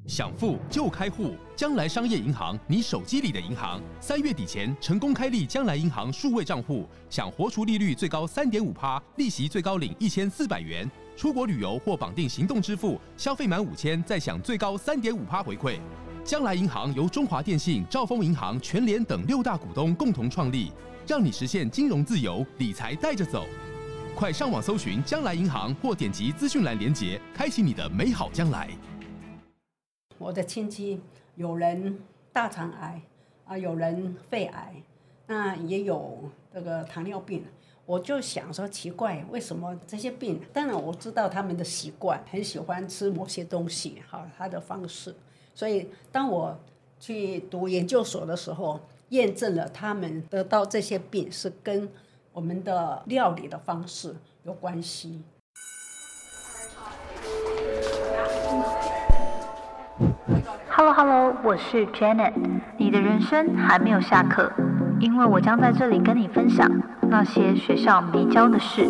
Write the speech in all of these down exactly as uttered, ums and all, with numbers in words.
想富就开户，将来商业银行，你手机里的银行。三月底前成功开立将来银行数位账户，享活储利率最高 百分之三点五， 利息最高领一千四百元。出国旅游或绑定行动支付，消费满五千再享最高 百分之三点五 回馈。将来银行由中华电信、兆丰银行、全联等六大股东共同创立，让你实现金融自由，理财带着走。快上网搜寻将来银行，或点击资讯栏连结，开启你的美好将来。 我的亲戚有人大肠癌啊，有人肺癌，那也有这个糖尿病。我就想说奇怪，为什么这些病？当然我知道他们的习惯，很喜欢吃某些东西，哈，他的方式。所以当我去读研究所的时候，验证了他们得到这些病是跟我们的料理的方式有关系。 Hello Hello， 我是 Janet， 你的人生还没有下课，因为我将在这里跟你分享那些学校没教的事。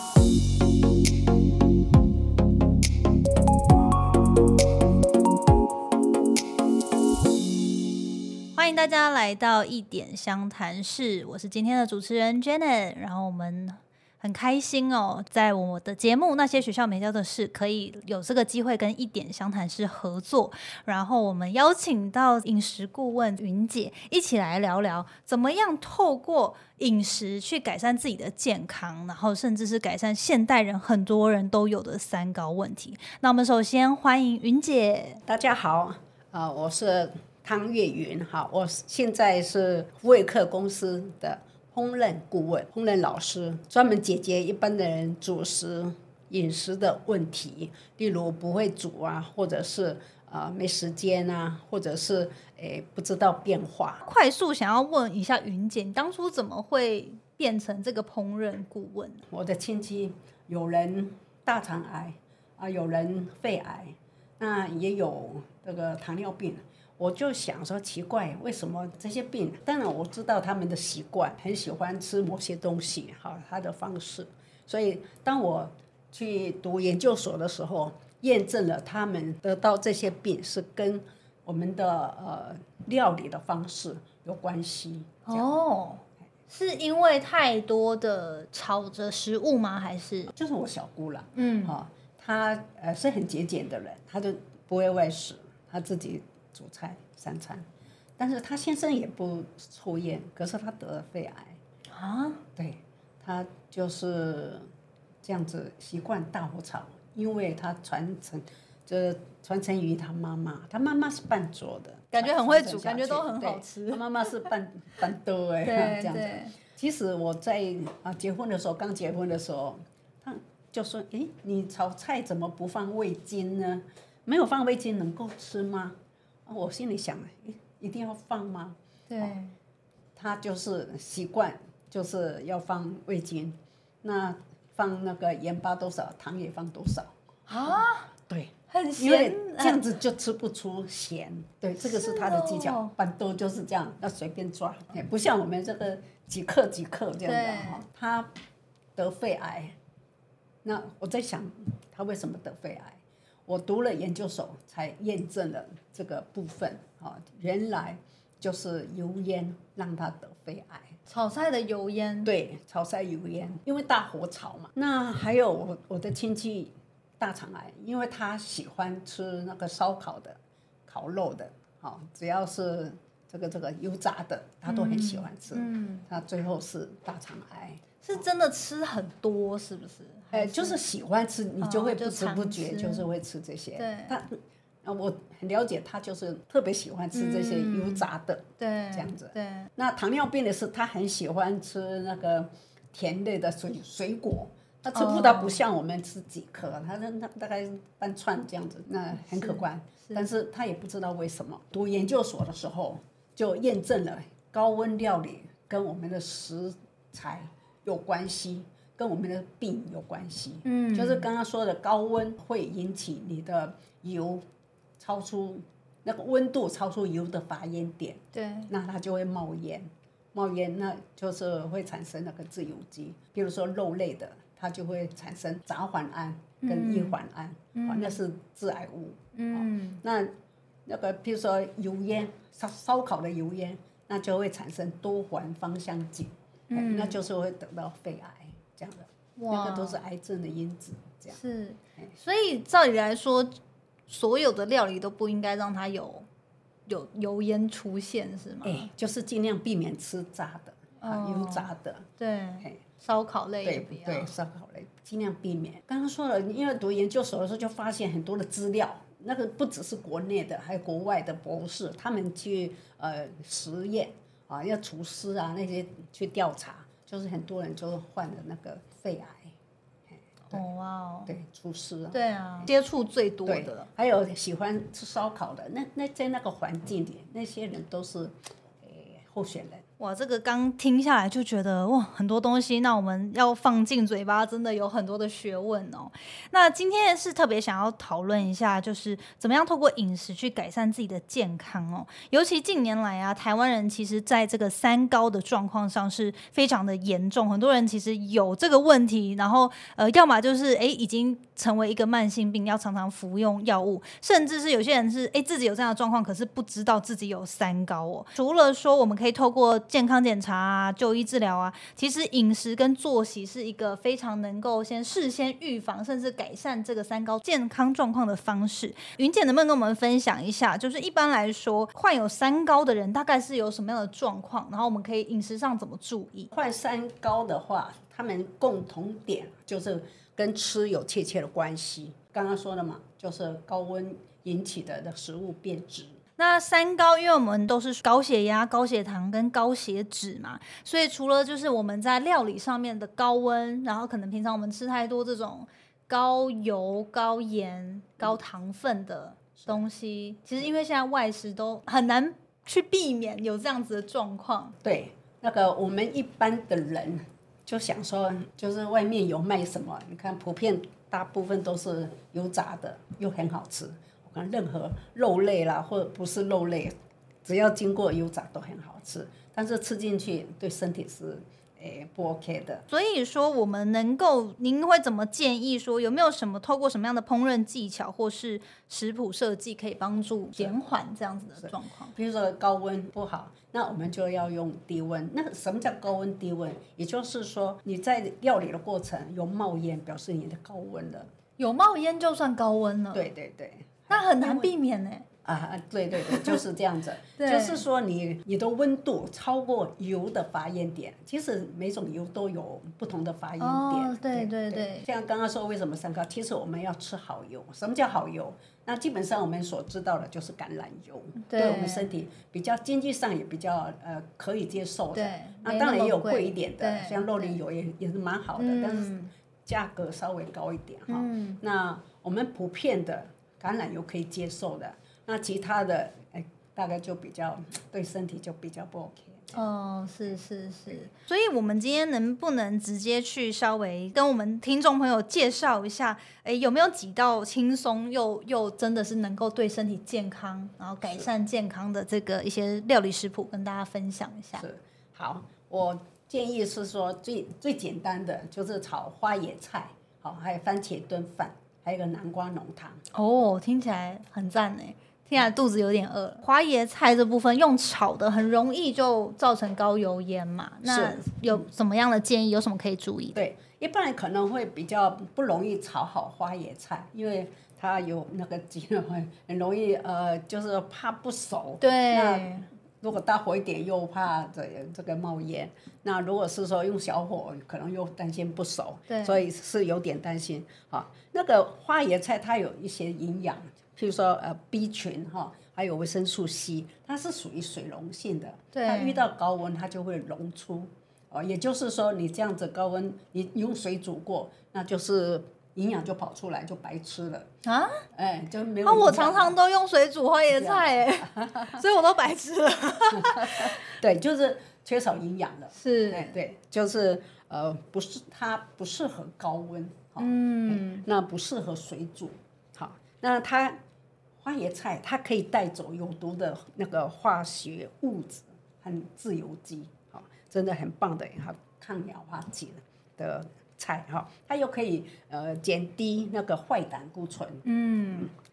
欢迎大家来到一点相谈室，我是今天的主持人 Janet， 然后我们很开心哦，在我的节目《那些学校没教的事》可以有这个机会跟一点相谈室合作，然后我们邀请到饮食顾问云姐一起来聊聊怎么样透过饮食去改善自己的健康，然后甚至是改善现代人很多人都有的三高问题。那我们首先欢迎云姐。 大家好，呃、我是汤月云，好，我现在是福卫克公司的烹饪顾问、烹饪老师，专门解决一般的人主食饮食的问题，例如不会煮啊，或者是呃没时间啊，或者是诶不知道变化。 快速想要问一下云姐，你当初怎么会变成这个烹饪顾问？ 我的亲戚有人大肠癌啊，有人肺癌，那也有这个糖尿病。我就想说奇怪，为什么这些病？当然我知道他们的习惯，很喜欢吃某些东西，哈，他的方式。所以当我去读研究所的时候，验证了他们得到这些病是跟我们的呃料理的方式有关系。 哦，是因为太多的炒着食物吗？还是就是我小姑啦， 嗯， 哦，她呃是很节俭的人，她就不会外食，她自己煮菜三餐，但是他先生也不抽烟，可是他得了肺癌啊， 对，他就是这样子习惯大火炒，因为他传承，就是传承于他妈妈，他妈妈是半桌的， 感觉很会煮，感觉都很好吃。 他妈妈是半半桌哎，这样子。其实我在啊结婚的时候，刚结婚的时候，他就说：“哎，你炒菜怎么不放味精呢？没有放味精能够吃吗？”我心里想，一定要放吗？ 对，哦、 他就是习惯，就是要放味精，那放那个盐巴多少，糖也放多少啊？ 对， 很咸， 因为这样子就吃不出咸。对，这个是他的技巧，哦、板豆就是这样，要随便抓，不像我们这个几克几克这样的哈。他得肺癌，那我在想，他为什么得肺癌？我读了研究所才验证了这个部分，啊，原来就是油烟让他得肺癌。 炒菜的油烟， 对，炒菜油烟，因为大火炒嘛。那还有我我的亲戚大肠癌，因为他喜欢吃那个烧烤的、烤肉的，好，只要是这个这个油炸的，他都很喜欢吃。嗯，他最后是大肠癌。 是真的吃很多，是不是？ 哎，就是喜欢吃，你就会不知不觉就是会吃这些。 对， 他，我很了解他，就是特别喜欢吃这些油炸的， 对， 这样子。 对。 那糖尿病的是，他很喜欢吃那个甜类的水水果，他吃葡萄不像我们吃几颗，他他大概半串这样子，那很可观。但是他也不知道为什么。读研究所的时候就验证了高温料理跟我们的食材有关系，跟我们的病有关系。嗯，就是刚刚说的高温会引起你的油超出那个温度超出油的发烟点， 对， 那它就会冒烟，冒烟那就是会产生那个自由基，比如说肉类的，它就会产生杂环胺跟异环胺，嗯、那是致癌物。嗯，那那个譬如说油烟，烧烧烤的油烟，那就会产生多环芳香烬，嗯，那就是会得到肺癌这样的，那个都是癌症的因子，这样是。所以照理来说，所有的料理都不应该让它有有油烟出现，是吗？ 哎，就是尽量避免吃炸的，啊，油炸的， 对，烧烤类也不要， 对，烧烤类尽量避免。刚刚说了，因为读研究所的时候就发现很多的资料。那个不只是国内的，还有国外的博士，他们去呃实验啊，要厨师啊那些去调查，就是很多人就患了那个肺癌。 哦哇哦， 对，厨师啊， 对啊，接触最多的， 还有喜欢吃烧烤的，那那在那个环境里，那些人都是呃候选人。 哇，这个刚听下来就觉得哇，很多东西，那我们要放进嘴巴，真的有很多的学问哦。那今天是特别想要讨论一下，就是怎么样透过饮食去改善自己的健康哦。尤其近年来啊，台湾人其实在这个三高的状况上是非常的严重，很多人其实有这个问题，然后呃，要么就是哎已经成为一个慢性病，要常常服用药物，甚至是有些人是哎自己有这样的状况，可是不知道自己有三高哦。除了说我们可以透过健康检查啊、就医治疗啊，其实饮食跟作息是一个非常能够先事先预防，甚至改善这个三高健康状况的方式。云姐能不能跟我们分享一下，就是一般来说患有三高的人大概是有什么样的状况，然后我们可以饮食上怎么注意？ 患三高的话，他们共同点就是跟吃有切切的关系。刚刚说了嘛，就是高温引起的的食物变质。 那三高，因为我们都是高血压、高血糖跟高血脂嘛，所以除了就是我们在料理上面的高温，然后可能平常我们吃太多这种高油、高盐、高糖分的东西，其实因为现在外食都很难去避免有这样子的状况。 对，那个我们一般的人就想说，就是外面有卖什么，你看普遍大部分都是油炸的，又很好吃。我看任何肉类啦，或者不是肉类，只要经过油炸都很好吃，但是吃进去对身体是诶不 OK 的。 所以说我们能够，您会怎么建议说，有没有什么透过什么样的烹饪技巧或是食谱设计可以帮助减缓这样子的状况？ 比如说高温不好，那我们就要用低温。那什么叫高温低温？也就是说你在料理的过程有冒烟，表示你的高温了。 有冒烟就算高温了？ 对对对。 那很难避免呢、 欸。啊，对对对，就是这样子。就是说你你的温度超过油的发烟点，其实每种油都有不同的发烟点。 哦，对对 对, 对。像刚刚说为什么三高，其实我们要吃好油。什么叫好油？那基本上我们所知道的就是橄榄油，对, 对我们身体比较经济上也比较呃可以接受的。 对。 那当然也有贵一点的，像酪梨油也也是蛮好的，嗯、但是价格稍微高一点哈、嗯。那我们普遍的。橄榄油可以接受的，那其他的哎，大概就比较对身体就比较不 OK。 哦，是是是，所以我们今天能不能直接去稍微跟我们听众朋友介绍一下，哎，有没有几道轻松又又真的是能够对身体健康，然后改善健康的这个一些料理食谱，跟大家分享一下？ 是，好，我建议是说最最简单的就是炒花椰菜，好，还有番茄炖饭。还有一个南瓜浓汤哦，听起来很赞哎，听起来肚子有点饿。花椰菜这部分用炒的很容易就造成高油烟嘛，那有什么样的建议？有什么可以注意？ 对，一般人可能会比较不容易炒好花椰菜，因为它有那个鸡肉很容易呃，就是怕不熟。 对。 那如果大火一点又怕这这个冒烟，那如果是说用小火，可能又担心不熟，所以是有点担心。好，那个花椰菜它有一些营养，譬如说呃 B 群哈，还有维生素 C， 它是属于水溶性的，它遇到高温它就会溶出。哦，也就是说你这样子高温，你用水煮过，那就是营养就跑出来，就白吃了啊！哎，就没有。那、 啊、我常常都用水煮花椰菜，哎，所以我都白吃了。 对，就是缺少营养了。 是， 对对，就是呃，不是它不适合高温，哦、嗯，那不适合水煮。好，那它花椰菜它可以带走有毒的那个化学物质和自由基，好、哦，真的很棒的，哈，抗氧化剂的。菜哈，它又可以呃减低那个坏胆固醇。嗯，哎，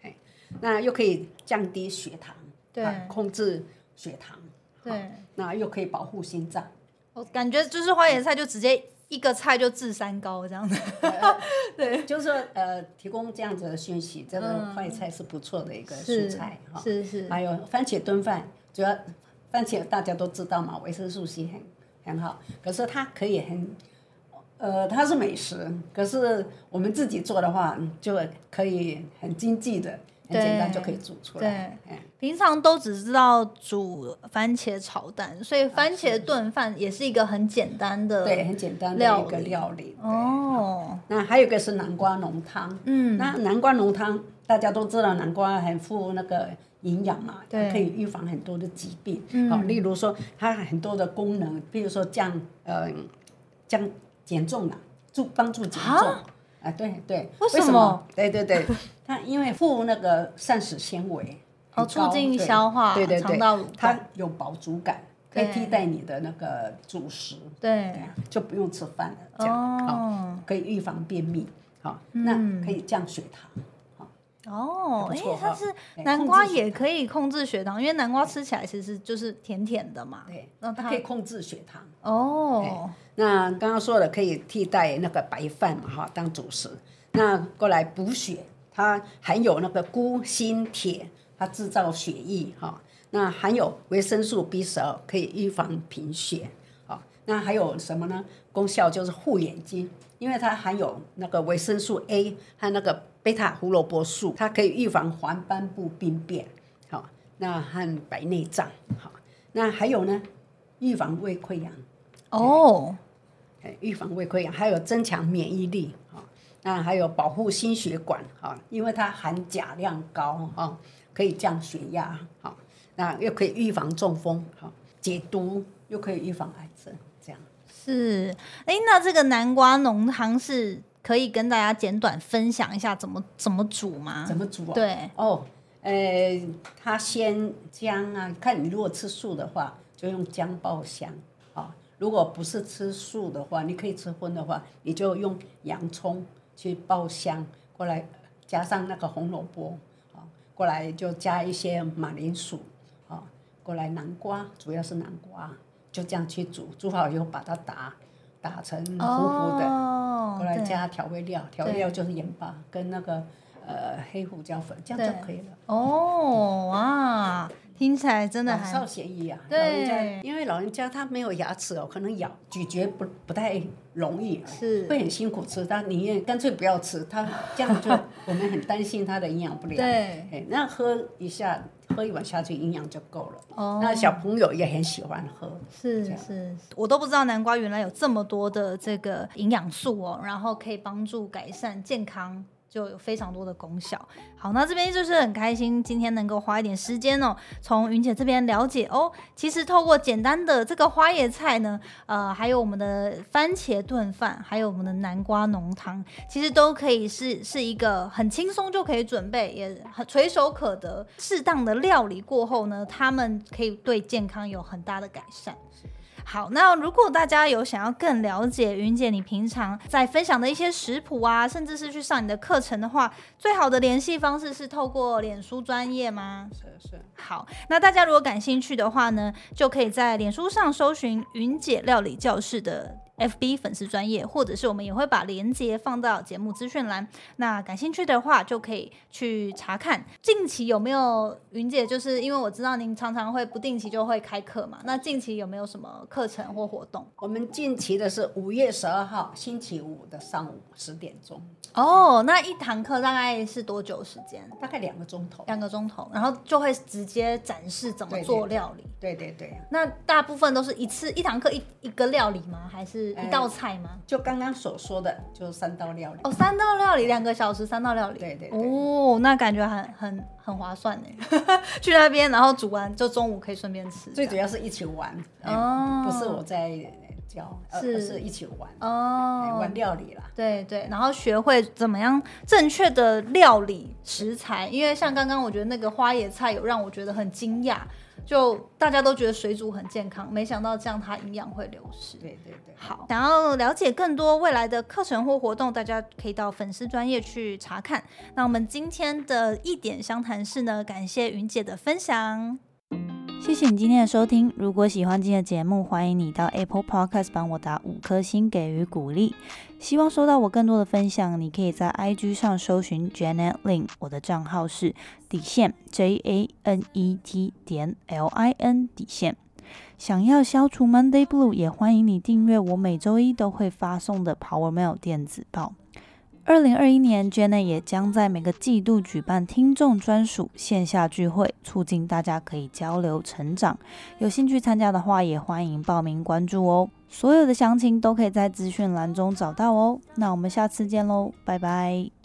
那又可以降低血糖， 对， 啊、控制血糖， 对， 那又可以保护心脏。 我感觉就是花椰菜就直接一个菜就治三高这样子， 呃、 对， 就是说呃提供这样子的讯息，这个花椰菜是不错的一个蔬菜哈、 嗯，是是。 还有番茄炖饭，主要番茄大家都知道嘛，维生素 C 很很好，可是它可以很。呃，它是美食，可是我们自己做的话，就可以很经济的、很简单就可以煮出来。 对，平常都只知道煮番茄炒蛋，所以番茄炖饭也是一个很简单的， 对，很简单的一个料理。 哦， 那还有一个是南瓜浓汤，嗯，那南瓜浓汤大家都知道，南瓜很富那个营养嘛，它可以预防很多的疾病。嗯，好，例如说它很多的功能，比如说降呃降。减重啦，助帮助减重啊，对对， 为什么？ 对对对，它因为富那个膳食纤维， 哦，促进消化， 对对对， 肠道蠕动， 它有饱足感，可以替代你的那个主食， 对， 对啊，就不用吃饭了，这样好，可以预防便秘，好，那可以降血糖。 哦，哎，它是南瓜也可以控制血糖，因为南瓜吃起来其实就是甜甜的嘛。 对，它可以控制血糖。 哦， 那刚刚说的可以替代那个白饭嘛，哈，当主食。那过来补血，它含有那个钴、锌、铁，它制造血液哈。那含有维生素 B 十二，可以预防贫血。好，那还有什么呢？功效就是护眼睛，因为它含有那个维生素 A 和那个贝塔胡萝卜素，它可以预防黄斑部病变，好，那和白内障，好，那还有呢，预防胃溃疡， 哦， 预防胃溃疡，还有增强免疫力，好，那还有保护心血管，好，因为它含钾量高，哈，可以降血压，好，那又可以预防中风，好，解毒，又可以预防癌症，这样。 是，哎，那这个南瓜浓汤是可以跟大家简短分享一下怎么怎么煮吗？ 怎么煮啊？ 对， 哦，呃，它先姜啊，看你如果吃素的话，就用姜爆香啊、哦。如果不是吃素的话，你可以吃荤的话，你就用洋葱去爆香，过来加上那个红萝卜，啊、哦，过来就加一些马铃薯，啊、哦，过来南瓜，主要是南瓜。就这样去煮，煮好以后把它打打成糊糊的，哦、过来加调味料，调味料就是盐巴跟那个呃黑胡椒粉，这样就可以了。 哦哇，听起来真的老少咸宜啊！ 对， 老人家因为老人家他没有牙齿哦，可能咬咀嚼不不太容易， 是会很辛苦吃，他宁愿干脆不要吃，他这样就我们很担心他的营养不良。 对， 哎，那喝一下。喝一碗下去，营养就够了。哦，那小朋友也很喜欢喝。 是是，我都不知道南瓜原来有这么多的这个营养素哦，然后可以帮助改善健康，就有非常多的功效。好，那这边就是很开心，今天能够花一点时间哦，从云姐这边了解哦，其实透过简单的这个花椰菜呢，呃，还有我们的番茄炖饭，还有我们的南瓜浓汤，其实都可以是是一个很轻松就可以准备，也很垂手可得。适当的料理过后呢，他们可以对健康有很大的改善。好，那如果大家有想要更了解云姐你平常在分享的一些食谱啊，甚至是去上你的课程的话，最好的联系方式是透过脸书专页吗？ 是是。 好，那大家如果感兴趣的话呢，就可以在脸书上搜寻云姐料理教室的F B 粉丝专页，或者是我们也会把连结放到节目资讯栏。那感兴趣的话，就可以去查看。近期有没有云姐？就是因为我知道您常常会不定期就会开课嘛，那近期有没有什么课程或活动？ 我们近期的是五月十二号星期五的上午十点钟。 哦，那一堂课大概是多久时间？ 大概两个钟头。 两个钟头，然后就会直接展示怎么做料理。 对对 对, 对, 对。 那大部分都是一次一堂课一一个料理吗？还是一道菜吗？ 呃、就刚刚所说的，就三道料理。 哦，三道料理，两个小时三道料理。 对对对。 哦，那感觉很很很划算呢。去那边，然后煮完就中午可以顺便吃。 最主要是一起玩，哦，不是我在教，是是一起玩哦，玩料理啦。 对对，然后学会怎么样正确的料理食材，因为像刚刚我觉得那个花椰菜有让我觉得很惊讶。 就大家都觉得水煮很健康，没想到这样它营养会流失。 对对对。 好，想要了解更多未来的课程或活动，大家可以到粉丝专页去查看。那我们今天的一点相谈室呢，感谢云姐的分享。谢谢你今天的收听，如果喜欢今天的节目，欢迎你到 Apple Podcast 帮我打五颗星给予鼓励。希望收到我更多的分享，你可以在 I G 上搜寻 Janet Lin， 我的账号是底线 J A N E T 点 L I N 底线。想要消除 Monday Blue， 也欢迎你订阅我每周一都会发送的 Power Mail 电子报。二零二一年 Janet 也将在每个季度举办听众专属线下聚会，促进大家可以交流成长。有兴趣参加的话，也欢迎报名关注哦。所有的详情都可以在资讯栏中找到哦。那我们下次见喽，拜拜。